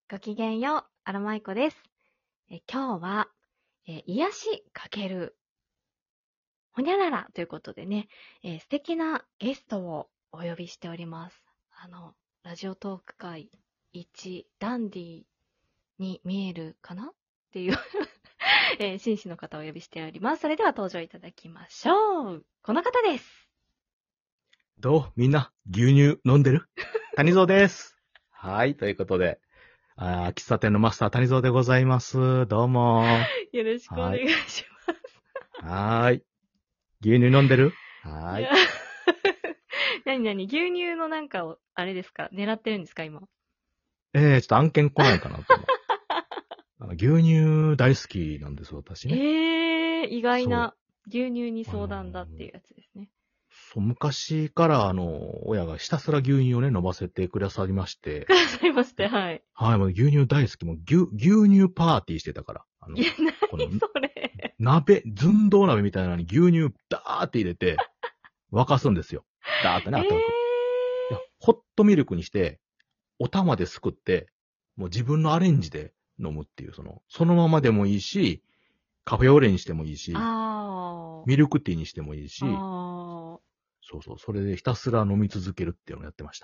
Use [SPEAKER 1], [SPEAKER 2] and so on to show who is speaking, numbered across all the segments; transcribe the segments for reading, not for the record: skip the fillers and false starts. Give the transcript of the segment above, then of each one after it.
[SPEAKER 1] ごきげんよう、アロマイコです。今日は、癒しかけるほにゃららということでね、素敵なゲストをお呼びしております。ラジオトーク界一ダンディーに見えるかなっていう、紳士の方をお呼びしております。それでは登場いただきましょう。この方です。
[SPEAKER 2] どうみんな、牛乳飲んでる谷蔵です。はい、ということで、喫茶店のマスター谷蔵でございます。どうも。
[SPEAKER 1] よろしくお願いします。
[SPEAKER 2] はい。牛乳飲んでるはい。
[SPEAKER 1] 何牛乳のなんかを、あれですか狙ってるんですか今。
[SPEAKER 2] ちょっと案件来ないかなと思う。牛乳大好きなんです、私ね。
[SPEAKER 1] 意外な牛乳に相談だっていうやつですね。
[SPEAKER 2] そう、昔から親がひたすら牛乳をね、飲ませてくださりまして。
[SPEAKER 1] くださいまして、はい。
[SPEAKER 2] はい、もう牛乳大好き。もう牛乳パーティーしてたから。
[SPEAKER 1] いや、何それ。
[SPEAKER 2] 寸胴鍋みたいなのに牛乳ダーって入れて、沸かすんですよ。ダーってね、温かく。ホットミルクにして、お玉ですくって、もう自分のアレンジで飲むっていう、そのままでもいいし、カフェオレにしてもいいし、ミルクティーにしてもいいし、そうそう、それでひたすら飲み続けるっていうのをやってました。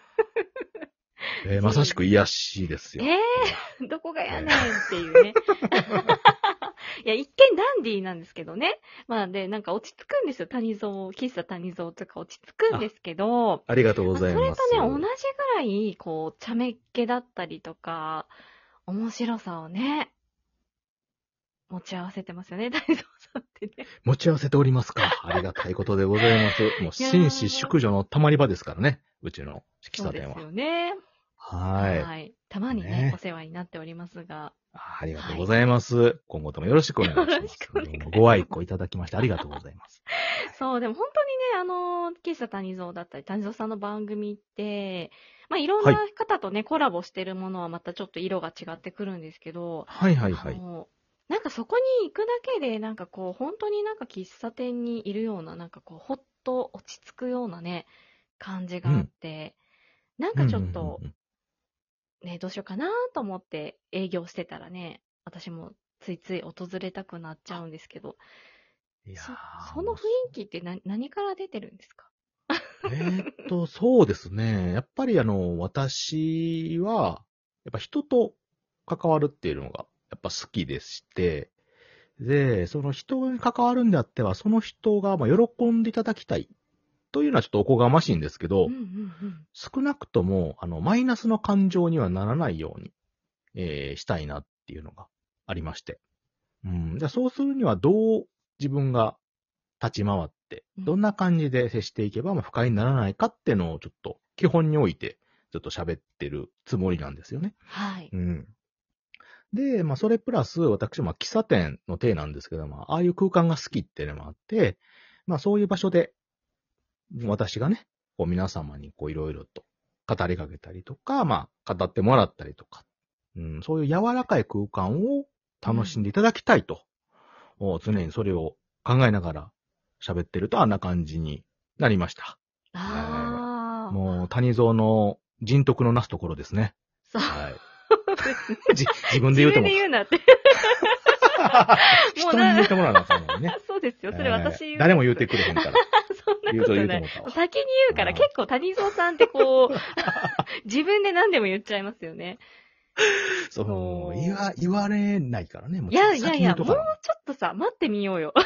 [SPEAKER 2] まさしく癒しですよ。
[SPEAKER 1] どこがやねんっていうね。いや、一見ダンディーなんですけどね。まあで、なんか落ち着くんですよ。喫茶谷蔵とか落ち着くんですけど。
[SPEAKER 2] ありがとうございます。
[SPEAKER 1] それとね、同じぐらい、こう、茶目っ気だったりとか、面白さをね、持ち合わせてますよね、谷蔵さんってね。
[SPEAKER 2] 持ち合わせておりますか。ありがたいことでございます。もう、紳士淑女のたまり場ですからね。うちの喫茶店は。
[SPEAKER 1] そうですよね。
[SPEAKER 2] はい。
[SPEAKER 1] たまにね、お世話になっておりますが。
[SPEAKER 2] ありがとうございます。今後ともよろしくお願いします。よろしくお願いします。ご愛顧いただきましてありがとうございます。
[SPEAKER 1] そう、でも本当にね、喫茶谷蔵だったり、谷蔵さんの番組って、まあいろんな方とね、コラボしてるものはまたちょっと色が違ってくるんですけど、なんかそこに行くだけで、なんかこう、本当になんか喫茶店にいるような、なんかこう、ほっと落ち着くようなね、感じがあって、なんかちょっと、ね、どうしようかなと思って営業してたらね、私もついつい訪れたくなっちゃうんですけど、その雰囲気って何から出てるんですか？
[SPEAKER 2] そうですね。やっぱり私は、やっぱ人と関わるっていうのが、やっぱ好きでして、で、その人に関わるんであっては、その人が喜んでいただきたいというのはちょっとおこがましいんですけど、少なくとも、マイナスの感情にはならないように、したいなっていうのがありまして。じゃあそうするにはどう自分が立ち回って、どんな感じで接していけば不快にならないかっていうのをちょっと基本において、ちょっと喋ってるつもりなんですよね。
[SPEAKER 1] はい。
[SPEAKER 2] で、それプラス、私、喫茶店の体なんですけども、ああいう空間が好きっていうのもあって、そういう場所で、私がね、こう皆様にこういろいろと語りかけたりとか、語ってもらったりとか、そういう柔らかい空間を楽しんでいただきたいと、常にそれを考えながら喋ってるとあんな感じになりました。もう谷蔵の人徳のなすところですね。
[SPEAKER 1] そう。
[SPEAKER 2] 自分で言うとも。
[SPEAKER 1] 自分で言うなって。
[SPEAKER 2] 人に言うてもらわなあかんのにね。
[SPEAKER 1] そうですよ。それ私言う。
[SPEAKER 2] 誰も言うてくれへんから。
[SPEAKER 1] そんなことない。先に言うから、結構谷蔵さんってこう、自分で何でも言っちゃいますよね。
[SPEAKER 2] そう、言われないからね。
[SPEAKER 1] いや、もうちょっとさ、待ってみようよ。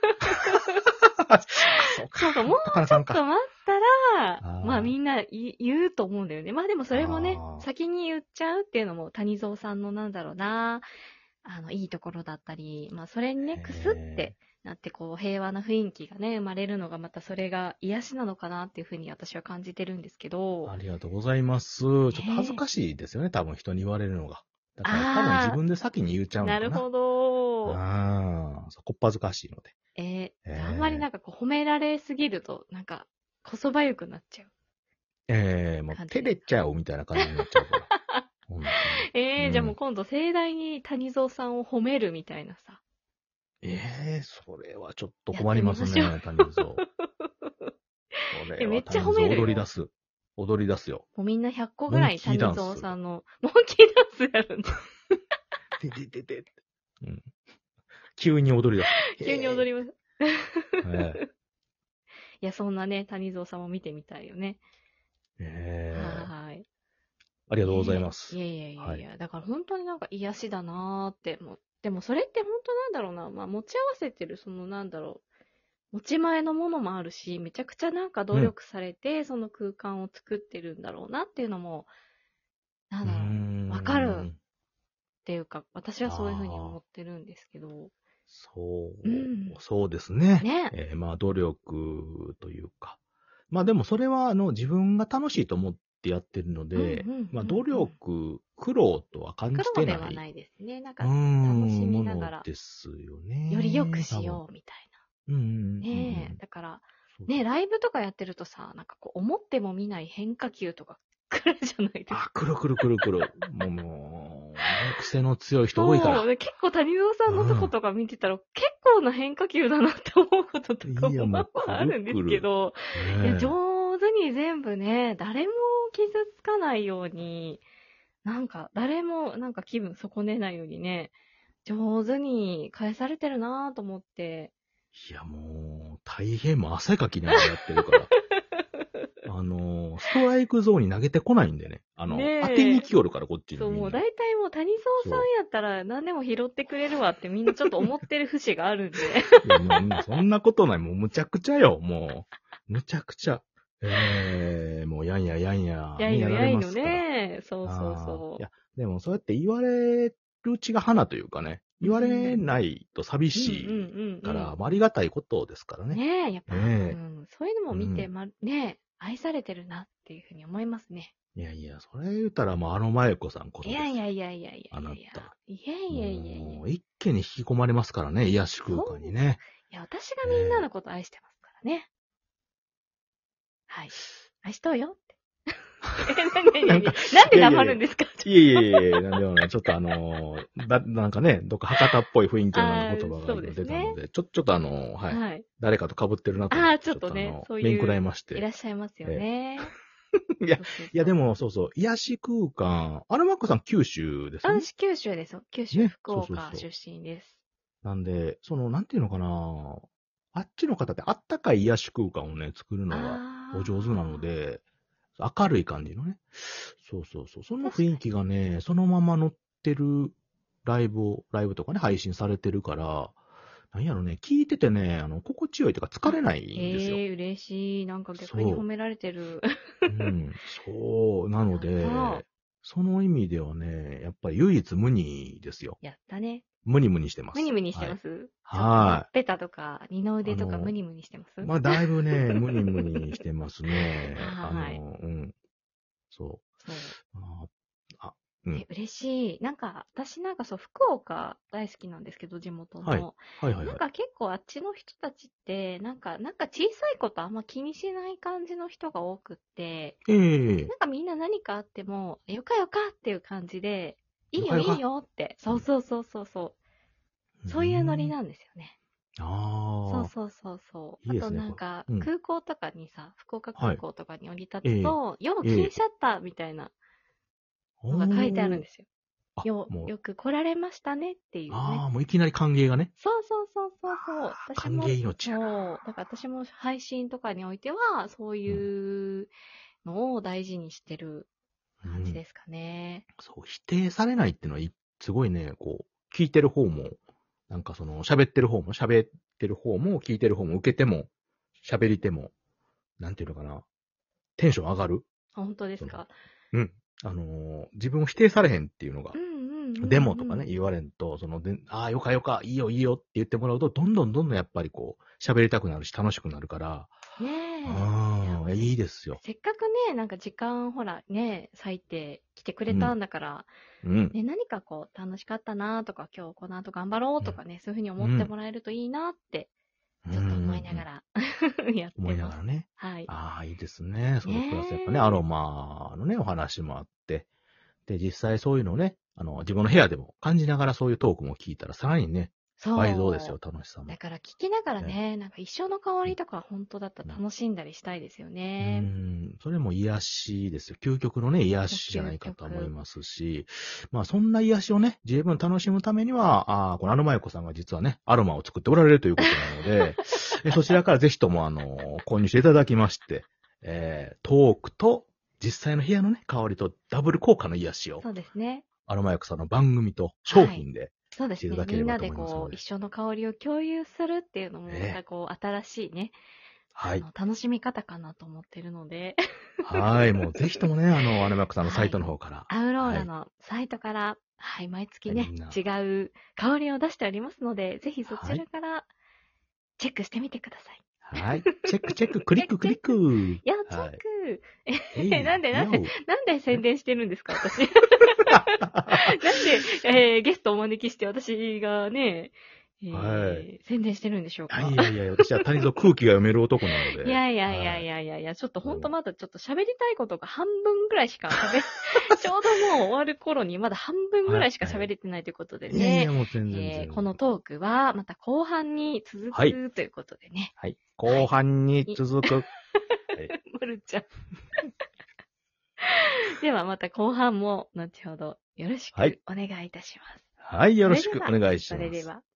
[SPEAKER 1] そう、もうちょっと待ったら、みんな言うと思うんだよね。でもそれもね、先に言っちゃうっていうのも谷蔵さんのなんだろうな、いいところだったり、それにね、くすってなって、こう、平和な雰囲気がね、生まれるのが、またそれが癒しなのかなっていうふうに私は感じてるんですけど。
[SPEAKER 2] ありがとうございます。ちょっと恥ずかしいですよね、多分人に言われるのが。だから多分自分で先に言っちゃうのかな。
[SPEAKER 1] なるほど。
[SPEAKER 2] こっぱずかしいので。
[SPEAKER 1] あんまりなんかこう褒められすぎると、なんか、こそばゆくなっちゃう。
[SPEAKER 2] もう照れちゃうみたいな感じになっちゃうから。
[SPEAKER 1] じゃあもう今度盛大に谷蔵さんを褒めるみたいなさ。
[SPEAKER 2] それはちょっと困りますね、谷蔵。
[SPEAKER 1] めっちゃ褒めるよ。
[SPEAKER 2] 踊り出す。 踊り出すよ。
[SPEAKER 1] もうみんな100個ぐらい谷蔵さんの、モンキーダンスやるんだ。
[SPEAKER 2] てててて。うん。急に踊り出す。
[SPEAKER 1] 急に踊ります。いや、そんなね、谷蔵さんも見てみたいよね。
[SPEAKER 2] はい。
[SPEAKER 1] あ
[SPEAKER 2] りがとうございます。
[SPEAKER 1] いやいやいやいや、だから本当になんか癒しだなーって、でもそれって本当なんだろうな、まあ持ち合わせてる、そのなんだろう、持ち前のものもあるし、めちゃくちゃなんか努力されて、その空間を作ってるんだろうなっていうのも、なんだろう、わかるっていうか、私はそういうふうに思ってるんですけど。
[SPEAKER 2] そうですね。
[SPEAKER 1] ね。
[SPEAKER 2] まあ努力というか。まあでもそれは自分が楽しいと思ってやってるので、まあ努力、苦労とは感じてない。
[SPEAKER 1] 苦労ではないですね。なんか楽しみながら。
[SPEAKER 2] ですよね。
[SPEAKER 1] より良くしようみたいな。ねえ。だから、ね、ライブとかやってるとさ、なんかこう思っても見ない変化球とか来るじゃないですか。
[SPEAKER 2] 来る。もう、癖の強い人多いから。
[SPEAKER 1] そう、結構谷蔵さんのとことか見てたら、結構な変化球だなって思うこととかもあるんですけど、いや、上手に全部ね、誰も傷つかないように、なんか、誰もなんか気分損ねないようにね、上手に返されてるなぁと思って。
[SPEAKER 2] いや、もう、大変も汗かきながらやってるから。ストライクゾーンに投げてこないんでね。当てに来よるから、こっちに。
[SPEAKER 1] そう、もう大体もう谷蔵さんやったら何でも拾ってくれるわってみんなちょっと思ってる節があるんで。
[SPEAKER 2] いや、もうそんなことない。もうむちゃくちゃよ、もう。むちゃくちゃ。もうやんや。
[SPEAKER 1] やんやのね。そう。
[SPEAKER 2] いや、でもそうやって言われるうちが花というかね。言われないと寂しいから、ありがたいことですからね。
[SPEAKER 1] ねえ、やっぱ、そういうのも見て、ね愛されてるなっていうふうに思いますね。
[SPEAKER 2] いやいや、それ言ったらもう真由子さんこそです。
[SPEAKER 1] いや。
[SPEAKER 2] あなた。
[SPEAKER 1] いや。
[SPEAKER 2] もう一気に引き込まれますからね、癒し空間にね。
[SPEAKER 1] いや、私がみんなのこと愛してますからね。はい。愛しとうよって。なんで黙るんですか？
[SPEAKER 2] いや、なんでもない。ちょっとなんかね、どっか博多っぽい雰囲気の言葉が出たので、ちょっとはい。誰かと被ってるなと思って。
[SPEAKER 1] ちょっとね、そういう。
[SPEAKER 2] 面食らいまして。
[SPEAKER 1] いらっしゃいますよね。
[SPEAKER 2] いや、でも、そう、癒し空間、マックさん九州ですね。
[SPEAKER 1] 私九州ですよ。九州、福岡出身です。
[SPEAKER 2] なんで、なんていうのかな、あっちの方ってあったかい癒し空間をね、作るのがお上手なので、明るい感じのね。そう。その雰囲気がね、そのまま乗ってるライブとかね、配信されてるから、なんやろね、聞いててね、心地よいとか疲れないんですよ。
[SPEAKER 1] 嬉しい。なんか逆に褒められてる。
[SPEAKER 2] そう。なので、その意味ではね、やっぱり唯一無二ですよ。
[SPEAKER 1] やったね。
[SPEAKER 2] ムニムニしてます。
[SPEAKER 1] ムニムニしてます？
[SPEAKER 2] はい。
[SPEAKER 1] ペタとか、二の腕とかムニムニしてます？
[SPEAKER 2] まあ、だいぶね、ムニムニしてますね。
[SPEAKER 1] はい。
[SPEAKER 2] そう。
[SPEAKER 1] 嬉しい。なんか、私なんか福岡大好きなんですけど、地元の。なんか結構あっちの人たちって、なんか小さいことあんま気にしない感じの人が多くって、なんかみんな何かあっても、よかっていう感じで、いいよって。そう。そういうノリなんですよね。そう。あとなんか、空港とかにさ、福岡空港とかに降り立つと、要禁シャッターみたいなのが書いてあるんですよ。よく来られましたねっていうね。
[SPEAKER 2] もういきなり歓迎がね。
[SPEAKER 1] そう。
[SPEAKER 2] 歓迎命やな。
[SPEAKER 1] そう。だから私も配信とかにおいては、そういうのを大事にしてる感じですかね。
[SPEAKER 2] そう、否定されないっていうのは、すごいね、こう、聞いてる方も、なんか喋ってる方も、聞いてる方も、受けても、喋り手も、なんていうのかな、テンション上がる。
[SPEAKER 1] 本当ですか？
[SPEAKER 2] 自分を否定されへんっていうのが、デモとかね、言われんと、よか、いいよって言ってもらうと、どんどんやっぱりこう、喋りたくなるし、楽しくなるから、いいですよ。
[SPEAKER 1] せっかくね、なんか時間、ほら、ね、割いて来てくれたんだから、ね、何かこう、楽しかったなとか、今日この後頑張ろうとかね、そういうふうに思ってもらえるといいなって、ちょっと思いながらやってます。
[SPEAKER 2] 思いながらね。
[SPEAKER 1] はい。
[SPEAKER 2] いいですね。そのプラスやっぱね、アロマのね、お話もあって、で、実際そういうのをね、自分の部屋でも感じながらそういうトークも聞いたらさらにね、 倍増です
[SPEAKER 1] そ
[SPEAKER 2] よ、楽しさ
[SPEAKER 1] う。
[SPEAKER 2] も。
[SPEAKER 1] だから聞きながらね、なんか一生の香りとか本当だったら楽しんだりしたいですよね。
[SPEAKER 2] それも癒しですよ。究極のね、癒しじゃないかと思いますし、まあそんな癒しをね、十分楽しむためには、このアロマユコさんが実はね、アロマを作っておられるということなので、そちらからぜひとも購入していただきまして、トークと実際の部屋のね、香りとダブル効果の癒しを、
[SPEAKER 1] そうですね。
[SPEAKER 2] アロマユコさんの番組と商品で、
[SPEAKER 1] そうですね。
[SPEAKER 2] していただけれ
[SPEAKER 1] みんなで
[SPEAKER 2] ばと思いますので。
[SPEAKER 1] こう、一緒の香りを共有するっていうのも、またこう、新しいね、
[SPEAKER 2] はい。
[SPEAKER 1] 楽しみ方かなと思ってるので。
[SPEAKER 2] はい。もうぜひともね、アロマユコさんのサイトの方から。
[SPEAKER 1] アウローラのサイトから、はい、毎月ね、違う香りを出しておりますので、ぜひそちらからチェックしてみてください。
[SPEAKER 2] はい。チェックチェック、クリッククリック。
[SPEAKER 1] いや、チェック。なんで宣伝してるんですか、私。なんで、ゲストをお招きして私がね、宣伝してるんでしょうか。
[SPEAKER 2] いやいや、私は谷蔵空気が読める男なので。
[SPEAKER 1] いや、ちょっとほんとまだちょっと喋りたいことが半分ぐらいしかちょうどもう終わる頃にまだ半分ぐらいしか喋れてないということでね。
[SPEAKER 2] いや、もう全然。
[SPEAKER 1] このトークはまた後半に続くということでね。
[SPEAKER 2] はい。後半に続く。
[SPEAKER 1] まるちゃん。ではまた後半も後ほどよろしくお願いいたします。
[SPEAKER 2] はい、よろしくお願いします。
[SPEAKER 1] それでは。